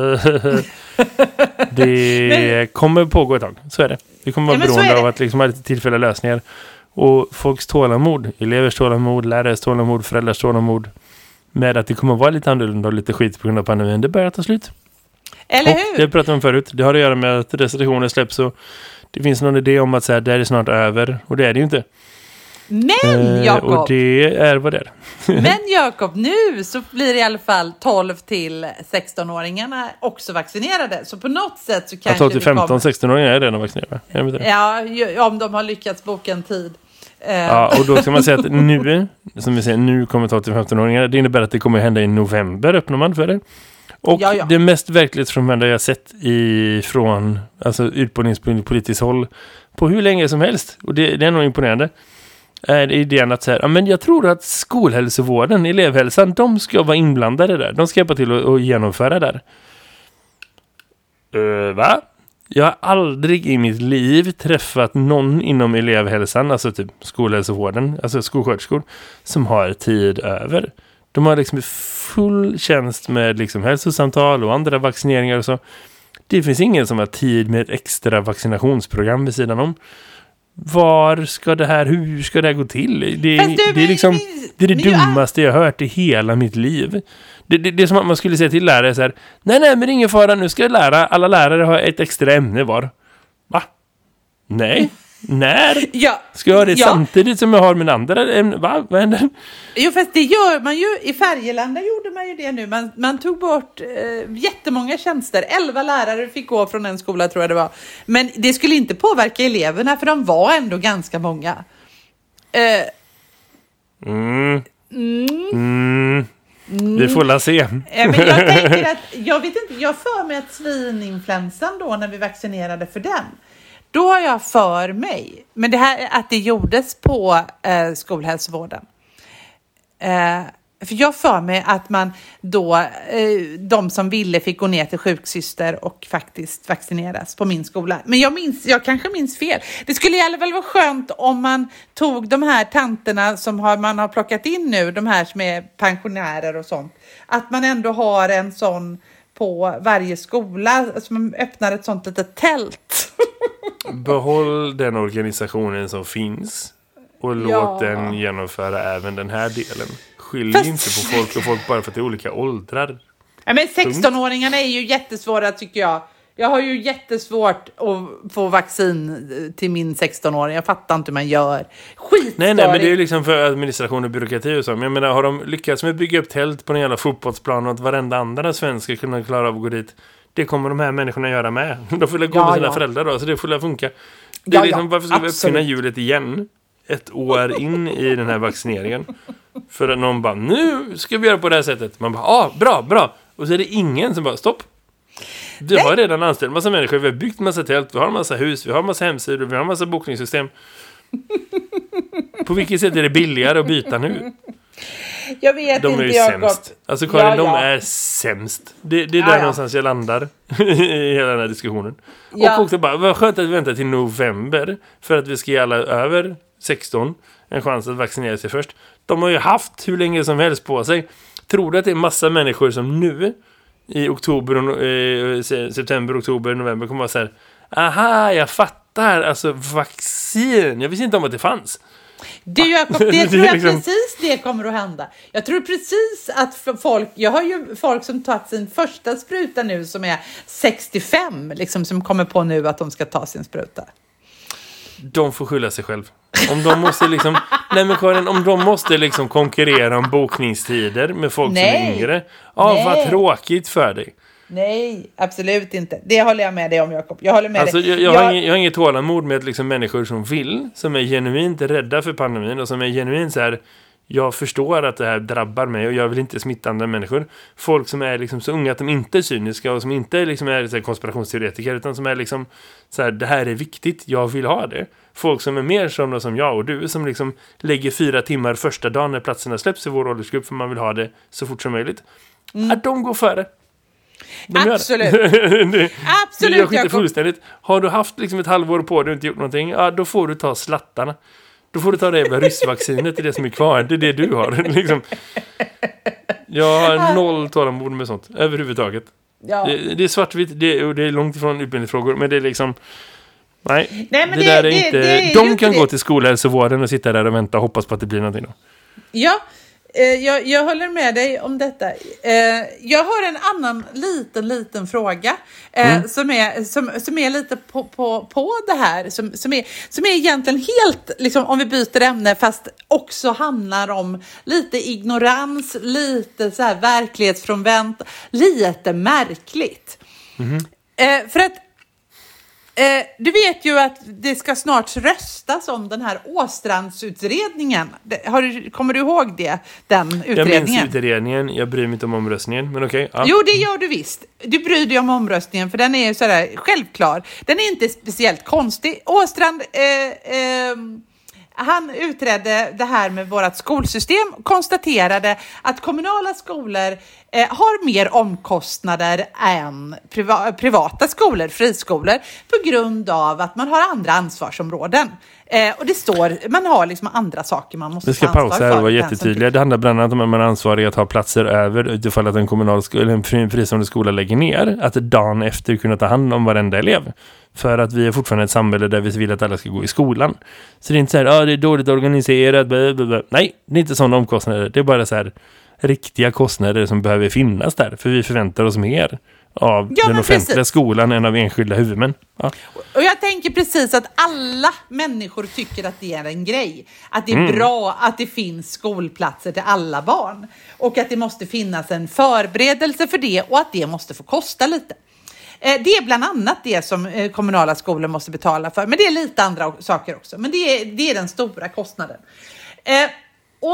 det kommer pågå ett tag. Så är det. Vi kommer vara ja, beroende av att liksom ha lite tillfälliga lösningar. Och folks tålamod, elevers tålamod, lärares tålamod, föräldrars tålamod. Med att det kommer vara lite annorlunda och lite skit på grund av pandemin. Det börjar ta slut. Eller och hur? Det pratade om förut. Det har att göra med att restriktioner släpps. Så det finns någon idé om att så här, det är snart över. Och det är det ju inte. Men Jakob! Eh, och det är vad det är. Men Jakob, nu så blir i alla fall tolv till sexton-åringarna också vaccinerade. Så på något sätt så kanske tolv till femton sexton-åringar är redan vaccinerade. Ja, om de har lyckats boka en tid. Ja, och då ska man säga att nu, som vi säger, nu kommer tolv till femton-åringar. Det innebär att det kommer hända i november, öppnar man för det. Och ja, ja. det mest verklighetsfrånvända jag sett ifrån alltså utbildningspolitiskt håll på hur länge som helst, och det, det är nog imponerande, är idén att så här, ja, men jag tror att skolhälsovården, elevhälsan, de ska vara inblandade där. De ska hjälpa till att, att genomföra där. Uh, va? Jag har aldrig i mitt liv träffat någon inom elevhälsan, alltså typ skolhälsovården, alltså skolsköterskor, som har tid över. De har liksom full tjänst med liksom hälsosamtal och andra vaccineringar och så. Det finns ingen som har tid med ett extra vaccinationsprogram vid sidan om. Var ska det här, hur ska det här gå till? Det, du, det är liksom det, är det dummaste jag har hört i hela mitt liv. Det, det, det är som att man skulle säga till lärare så här, nej nej men det är ingen fara, nu ska jag lära, alla lärare har ett extra ämne var. Va? Nej. När? Ja. Ska jag ha det ja. samtidigt som jag har min andra ämne? Va? Vad händer? Jo, fast det gör man ju. I Färgelanda gjorde man ju det nu. Man, man tog bort eh, jättemånga tjänster. Elva lärare fick gå från en skola, tror jag det var. Men det skulle inte påverka eleverna, för de var ändå ganska många. Eh. Mm. Mm. Mm. Vi får la se. Men jag tänker att, jag vet inte, jag för mig att svininfluensan då, när vi vaccinerade för den, då har jag för mig, men det här att det gjordes på eh, skolhälsovården. Eh, för jag för mig att man då, eh, de som ville fick gå ner till sjuksyster och faktiskt vaccineras på min skola. Men jag minns, jag kanske minns fel. Det skulle i alla fall vara skönt om man tog de här tanterna som har, man har plockat in nu, de här som är pensionärer och sånt. Att man ändå har en sån på varje skola, alltså man öppnar ett sånt litet tält. Behåll den organisationen som finns och låt ja. den genomföra även den här delen. Skilj Fast... inte på folk och folk bara för att det är olika åldrar. Ja, men sexton-åringarna är ju jättesvåra, tycker jag. Jag har ju jättesvårt att få vaccin till min sexton-åring. Jag fattar inte hur man gör. Skitstörigt. Nej, nej, men det är ju liksom för administration och byråkrati och så. Men jag menar, har de lyckats med att bygga upp tält på en jävla fotbollsplan och att varenda andra svensk ska kunna klara av att gå dit, det kommer de här människorna göra med. De får gå ja, med sina ja. föräldrar då, så det får funka. Det är ja, liksom, ja, varför ska vi uppfinna hjulet igen ett år in i den här vaccineringen? För att någon bara, nu ska vi göra på det här sättet. Man bara, ah, bra, bra. Och så är det ingen som bara, stopp. Du Nej. har redan anställt massa människor, vi har byggt massa tält, vi har massa hus, vi har massa hemsidor, vi har massa bokningssystem. På vilket sätt är det billigare att byta nu? Jag vet de inte, är ju Jacob. sämst. Alltså Karin, ja, de ja. är sämst. Det, det är där ja, någonstans ja. jag landar i hela den här diskussionen. Ja. Och också bara, vad skönt att vi väntar till november för att vi ska ge alla över sexton en chans att vaccinera sig först. De har ju haft hur länge som helst på sig. Tror du att det är massa människor som nu i oktober, eh, september, oktober, november kommer vara så här, aha, jag fattar, alltså vaccin, jag visste inte om att det fanns. Du Jakob, det tror jag liksom... precis det kommer att hända. Jag tror precis att folk, jag har ju folk som tagit sin första spruta nu som är sextiofem, liksom, som kommer på nu att de ska ta sin spruta. De får skylla sig själv. Om de måste liksom, Nej men Karin, om de måste liksom konkurrera om bokningstider med folk Nej. som är yngre. Ja, Nej. vad tråkigt för dig. Nej, absolut inte. Det håller jag med dig om, Jakob. Jag håller med Alltså, dig. jag, jag, jag... Har inget, jag har inget tålamod med liksom människor som vill, som är genuint rädda för pandemin och som är genuint så här, jag förstår att det här drabbar mig och jag vill inte smitta andra människor. Folk som är liksom så unga att de inte är cyniska och som inte liksom är så här konspirationsteoretiker utan som är liksom så här, det här är viktigt, jag vill ha det. Folk som är mer som, som jag och du som liksom lägger fyra timmar första dagen när platserna släpps i vår åldersgrupp för man vill ha det så fort som möjligt. Mm. Att de går före. De Absolut. det, Absolut, jag skiter Jakob. fullständigt. Har du haft liksom ett halvår på dig och inte gjort någonting, ja, då får du ta slattarna. Då får du ta det jävla ryssvaccinet, det är det som är kvar. Det är det du har. Liksom. Jag har noll tålamod med sånt, överhuvudtaget. Ja. Det, det är svartvitt, det, och det är långt ifrån utbildningsfrågor, men det är liksom... Nej, Nej, men det, det- där är det- inte... det är ju de inte kan det. gå till skolhälsovården och sitta där och vänta och hoppas på att det blir någonting då. Ja, eh, jag, jag håller med dig om detta. Eh, jag har en annan liten, liten fråga eh, Mm. som, är, som, som är lite på, på, på det här. Som, som, är, som är egentligen helt, liksom, om vi byter ämne, fast också handlar om lite ignorans, lite så här verklighetsfrånvänt, lite märkligt. Eh, för att Eh, du vet ju att det ska snart röstas om den här Åstrandsutredningen. Det, har du, kommer du ihåg det? Den utredningen? Jag minns utredningen, jag bryr mig inte om omröstningen, men okej. Okay, ja. Jo, det gör du visst. Du bryr dig om omröstningen för den är ju sådär självklar. Den är inte speciellt konstig. Åstrand... Eh, eh, Han utredde det här med vårt skolsystem och konstaterade att kommunala skolor eh, har mer omkostnader än priva- privata skolor, friskolor, på grund av att man har andra ansvarsområden. Eh, och det står, man har liksom andra saker man måste Vi ska ta ansvar pausa här och för. vara Den som- jättetydliga. Det handlar bland annat om att man är ansvarig att ha platser över utifall att en kommunal skola, eller en fri- fristående skola lägger ner. Att dagen efter kunna ta hand om varenda elev. För att vi är fortfarande ett samhälle där vi vill att alla ska gå i skolan. Så det är inte så här, ah, det är dåligt organiserat. Blablabla. Nej, det är inte sådana omkostnader. Det är bara så här riktiga kostnader som behöver finnas där. För vi förväntar oss mer av Ja, den men offentliga precis. skolan än av enskilda huvudmän. Ja. Och jag tänker precis att alla människor tycker att det är en grej. Att det är Mm. bra att det finns skolplatser till alla barn. Och att det måste finnas en förberedelse för det och att det måste få kosta lite. Eh, Det är bland annat det som eh, kommunala skolor måste betala för. Men det är lite andra o- saker också. Men det är, det är den stora kostnaden. Eh, och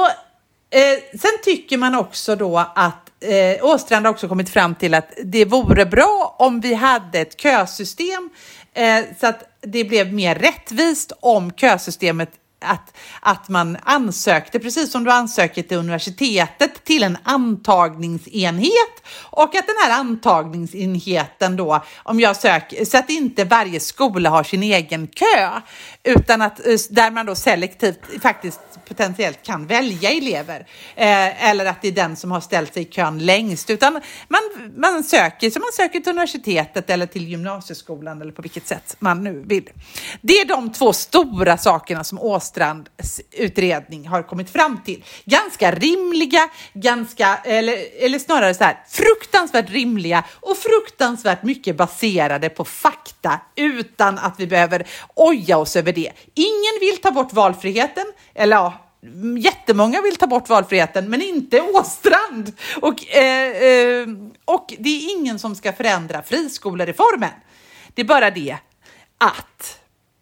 eh, sen tycker man också då att Eh, Åstrand har också kommit fram till att det vore bra om vi hade ett kösystem eh, så att det blev mer rättvist om kösystemet att, att man ansökte, precis som du ansöker till universitetet, till en antagningsenhet och att den här antagningsenheten då, om jag söker, så att inte varje skola har sin egen kö utan att eh, där man då selektivt faktiskt potentiellt kan välja elever eh, eller att det är den som har ställt sig i kön längst utan man, man söker så man söker till universitetet eller till gymnasieskolan eller på vilket sätt man nu vill. Det är de två stora sakerna som Åstrands utredning har kommit fram till. Ganska rimliga, ganska, eller, eller snarare så här, fruktansvärt rimliga och fruktansvärt mycket baserade på fakta utan att vi behöver oja oss över det. Ingen vill ta bort valfriheten, eller ja, jättemånga vill ta bort valfriheten, men inte Åstrand. Och, eh, eh, och det är ingen som ska förändra friskolereformen. Det är bara det att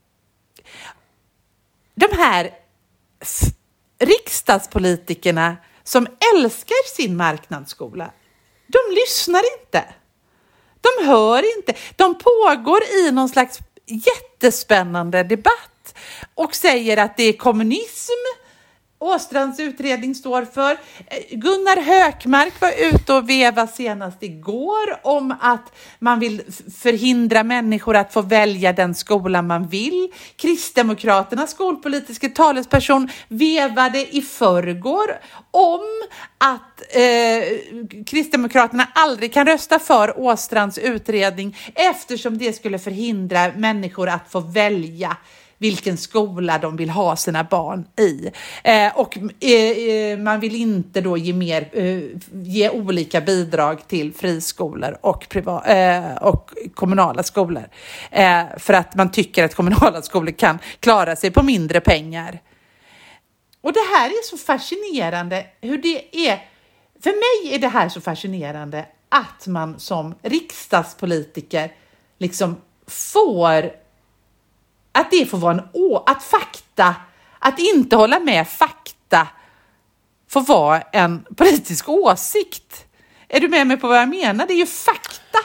de här f- riksdagspolitikerna som älskar sin marknadsskola, de lyssnar inte. De hör inte. De pågår i någon slags jättespännande debatt och säger att det är kommunism Åstrands utredning står för. Gunnar Hökmark var ute och veva senast igår om att man vill förhindra människor att få välja den skolan man vill. Kristdemokraternas skolpolitiska talesperson vevade i förrgår om att eh, Kristdemokraterna aldrig kan rösta för Åstrands utredning eftersom det skulle förhindra människor att få välja vilken skola de vill ha sina barn i. Eh, och eh, man vill inte då ge, mer, eh, ge olika bidrag till friskolor och, priva, eh, och kommunala skolor. Eh, för att man tycker att kommunala skolor kan klara sig på mindre pengar. Och det här är så fascinerande hur det är. För mig är det här så fascinerande att man som riksdagspolitiker liksom får, att det får vara en å, att fakta, att inte hålla med fakta får vara en politisk åsikt. Är du med mig på vad jag menar? Det är ju fakta.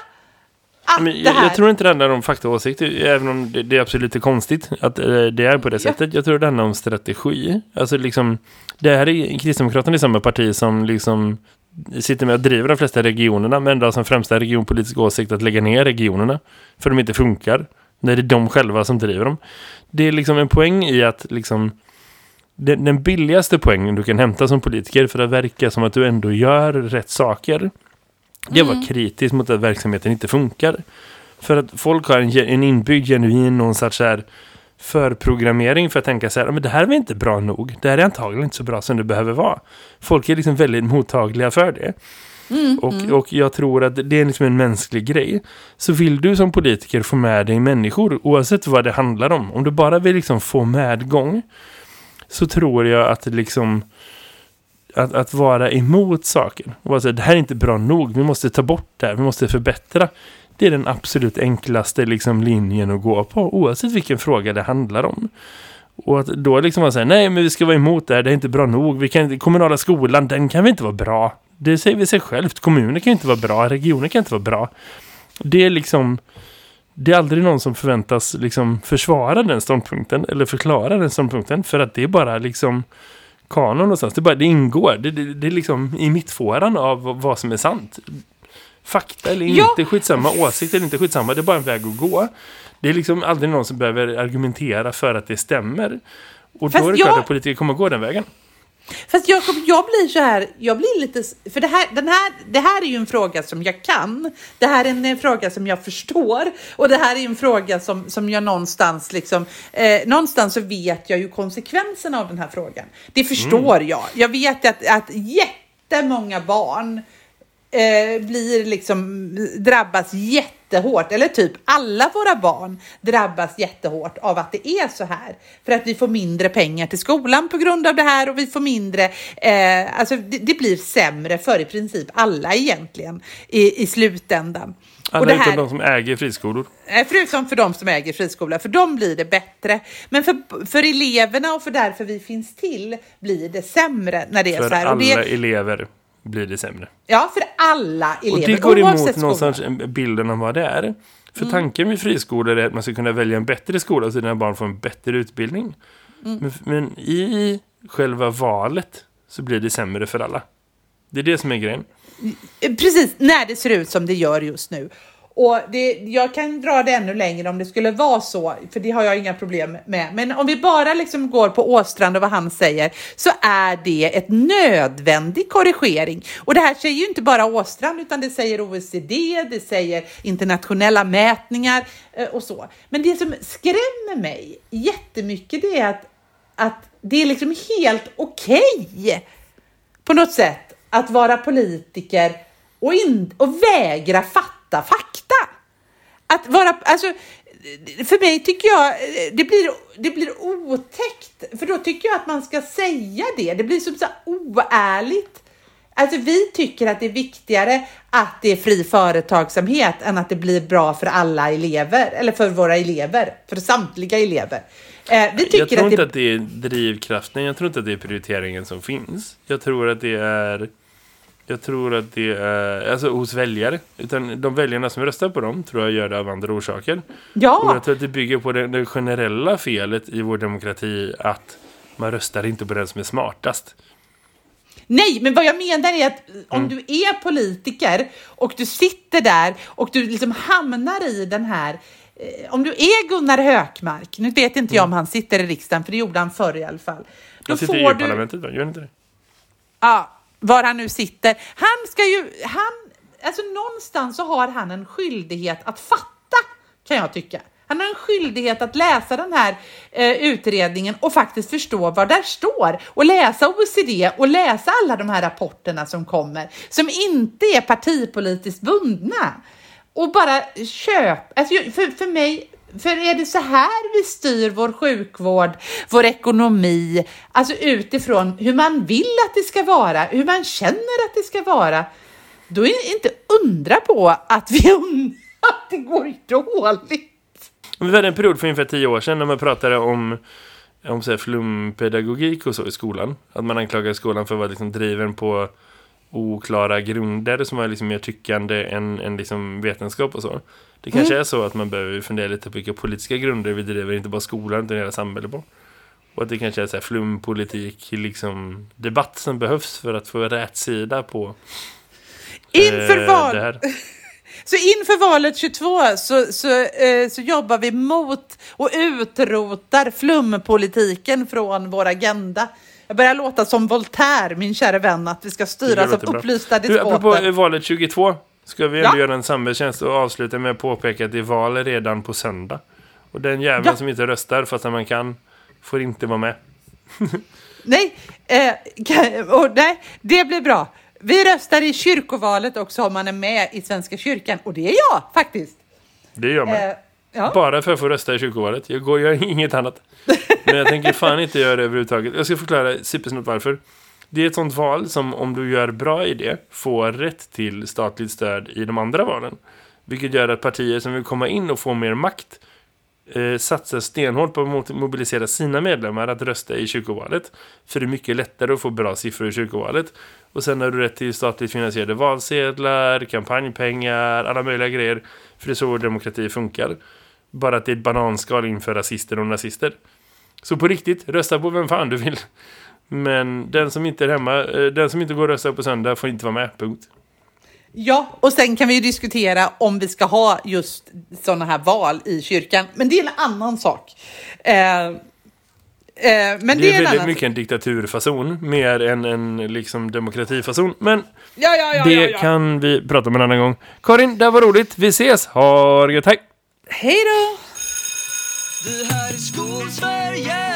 Men jag, jag tror inte det handlar om fakta och åsikt, även om det, det är absolut lite konstigt att det är på det sättet. Ja. Jag tror det handlar om strategi. Alltså liksom, det här är Kristdemokraterna är samma parti som liksom sitter med och driver de flesta regionerna, men ändå som främsta regionpolitisk åsikt att lägga ner regionerna för de inte funkar. När det är de själva som driver dem. Det är liksom en poäng i att liksom den, den billigaste poängen du kan hämta som politiker för att verka som att du ändå gör rätt saker, det var mm. kritiskt mot att verksamheten inte funkar. För att folk har en, en inbyggd genuin någon sorts här förprogrammering för att tänka så här, men det här är inte bra nog. Det här är antagligen inte så bra som det behöver vara. Folk är liksom väldigt mottagliga för det. Mm, och, mm. och jag tror att det är liksom en mänsklig grej. Så vill du som politiker få med dig människor, oavsett vad det handlar om, om du bara vill liksom få medgång, så tror jag att liksom Att, att vara emot saker och alltså, det här är inte bra nog, vi måste ta bort det här, vi måste förbättra, det är den absolut enklaste liksom, linjen att gå på, oavsett vilken fråga det handlar om. Och att då liksom man säger, nej men vi ska vara emot det här, det är inte bra nog, vi kan, kommunala skolan, den kan vi inte vara bra, det säger vi sig självt, kommuner kan inte vara bra, regioner kan inte vara bra. Det är liksom, det är aldrig någon som förväntas liksom försvara den ståndpunkten eller förklara den ståndpunkten, för att det är bara liksom kanon någonstans. Det, bara, det ingår. Det, det, det är liksom i mittfåran av vad som är sant. Fakta eller inte, ja. Skitsamma. Åsikt eller inte skitsamma. Det är bara en väg att gå. Det är liksom aldrig någon som behöver argumentera för att det stämmer. Och Fast då är det jag... klart att politiker kommer att gå den vägen. Fast jag, jag blir så här, jag blir lite, för det här, den här, det här är ju en fråga som jag kan, det här är en fråga som jag förstår, och det här är en fråga som, som jag någonstans liksom, eh, någonstans så vet jag ju konsekvenserna av den här frågan. Det förstår mm. jag. Jag vet att, att jättemånga barn eh, blir liksom, drabbas jättehårt, eller typ alla våra barn drabbas jättehårt av att det är så här, för att vi får mindre pengar till skolan på grund av det här, och vi får mindre eh, alltså det, det blir sämre för i princip alla egentligen i, i slutändan. Alla och det här, utom de som äger friskolor. Förutom för de som äger friskolor, för dem blir det bättre. Men för, för eleverna och för därför vi finns till blir det sämre när det är för så här. För alla och det, elever blir det sämre. Ja, för alla elever. Och det går emot någonstans bilden om vad det är. För mm. tanken med friskolor är att man ska kunna välja en bättre skola så dina barn får en bättre utbildning. Mm. Men, men i själva valet så blir det sämre för alla. Det är det som är grejen. Precis, när det ser ut som det gör just nu. Och det, jag kan dra det ännu längre om det skulle vara så, för det har jag inga problem med. Men om vi bara liksom går på Åstrand och vad han säger, så är det ett nödvändig korrigering. Och det här säger ju inte bara Åstrand, utan det säger O E C D, det säger internationella mätningar och så. Men det som skrämmer mig jättemycket, det är att, att det är liksom helt okej på något sätt att vara politiker och, in, och vägra fatta fakta. Att vara, alltså, för mig tycker jag det blir, det blir otäckt, för då tycker jag att man ska säga det. Det blir som så oärligt. Alltså vi tycker att det är viktigare att det är fri företagsamhet än att det blir bra för alla elever, eller för våra elever, för samtliga elever. Eh, vi tycker jag tror att inte det... att det är drivkraften, jag tror inte att det är prioriteringen som finns. Jag tror att det är Jag tror att det är, alltså hos väljare, utan de väljarna som röstar på dem tror jag gör det av andra orsaker. Ja. Och jag tror att det bygger på det, det generella felet i vår demokrati, att man röstar inte på den som är smartast. Nej, men vad jag menar är att om mm. du är politiker och du sitter där och du liksom hamnar i den här, eh, om du är Gunnar Hökmark, nu vet inte jag mm. om han sitter i riksdagen, för det gjorde han förr i alla fall. Då han sitter får i EU-parlamentet, du... va? Gör inte det? Ja, var han nu sitter. Han ska ju, han, alltså någonstans så har han en skyldighet att fatta, kan jag tycka. Han har en skyldighet att läsa den här eh, utredningen och faktiskt förstå vad där står. Och läsa O E C D och läsa alla de här rapporterna som kommer. Som inte är partipolitiskt bundna. Och bara köp. Alltså för, för mig, För är det så här vi styr vår sjukvård, vår ekonomi, alltså utifrån hur man vill att det ska vara, hur man känner att det ska vara, då är det inte undra på att vi undrar att det går dåligt. Vi hade en period för ungefär tio år sedan när man pratade om, om så här flumpedagogik och så i skolan. Att man anklagade skolan för att vara liksom driven på oklara grunder som var liksom mer tyckande än, än liksom vetenskap och så. Det kanske mm. är så att man behöver fundera lite på vilka politiska grunder vi driver, inte bara skolan utan hela samhället på. Och att det kanske är så här flumpolitik, liksom debatt som behövs för att få rätt sida på inför eh, val. det här. Så inför valet tjugotvå så, så, eh, så jobbar vi mot och utrotar flumpolitiken från vår agenda. Jag börjar låta som Voltaire, min kära vän, att vi ska styras av upplysta despoter. Apropå valet tjugotvå ska vi ändå ja. göra en samhällstjänst och avsluta med att påpeka att det är val redan på söndag. Och den jäveln ja. som inte röstar fast man kan får inte vara med. nej, eh, och nej, det blir bra. Vi röstar i kyrkovalet också om man är med i Svenska kyrkan. Och det är jag faktiskt. Det gör man. Eh, ja. Bara för att få rösta i kyrkovalet. Jag går jag inget annat. Men jag tänker fan inte göra det överhuvudtaget. Jag ska förklara supersnabbt varför. Det är ett sånt val som om du gör bra i det får rätt till statligt stöd i de andra valen. Vilket gör att partier som vill komma in och få mer makt eh, satsar stenhårt på att mobilisera sina medlemmar att rösta i kyrkovalet. För det är mycket lättare att få bra siffror i kyrkovalet. Och sen har du rätt till statligt finansierade valsedlar, kampanjpengar, alla möjliga grejer. För det är så demokrati funkar. Bara att det är ett bananskal inför rasister och nazister. Så på riktigt, rösta på vem fan du vill. Men den som inte är hemma, den som inte går och rösta på söndag får inte vara med, punkt. Ja, och sen kan vi ju diskutera om vi ska ha just sådana här val i kyrkan. Men det är en annan sak. Eh, eh, men det, det är är väldigt en mycket en diktaturfason, mer än en liksom demokratifason. Men ja, ja, ja, det ja, ja. kan vi prata om en annan gång. Karin, det var roligt. Vi ses. Ha det gött. Hej! Hej då! Vi här i Skolsverige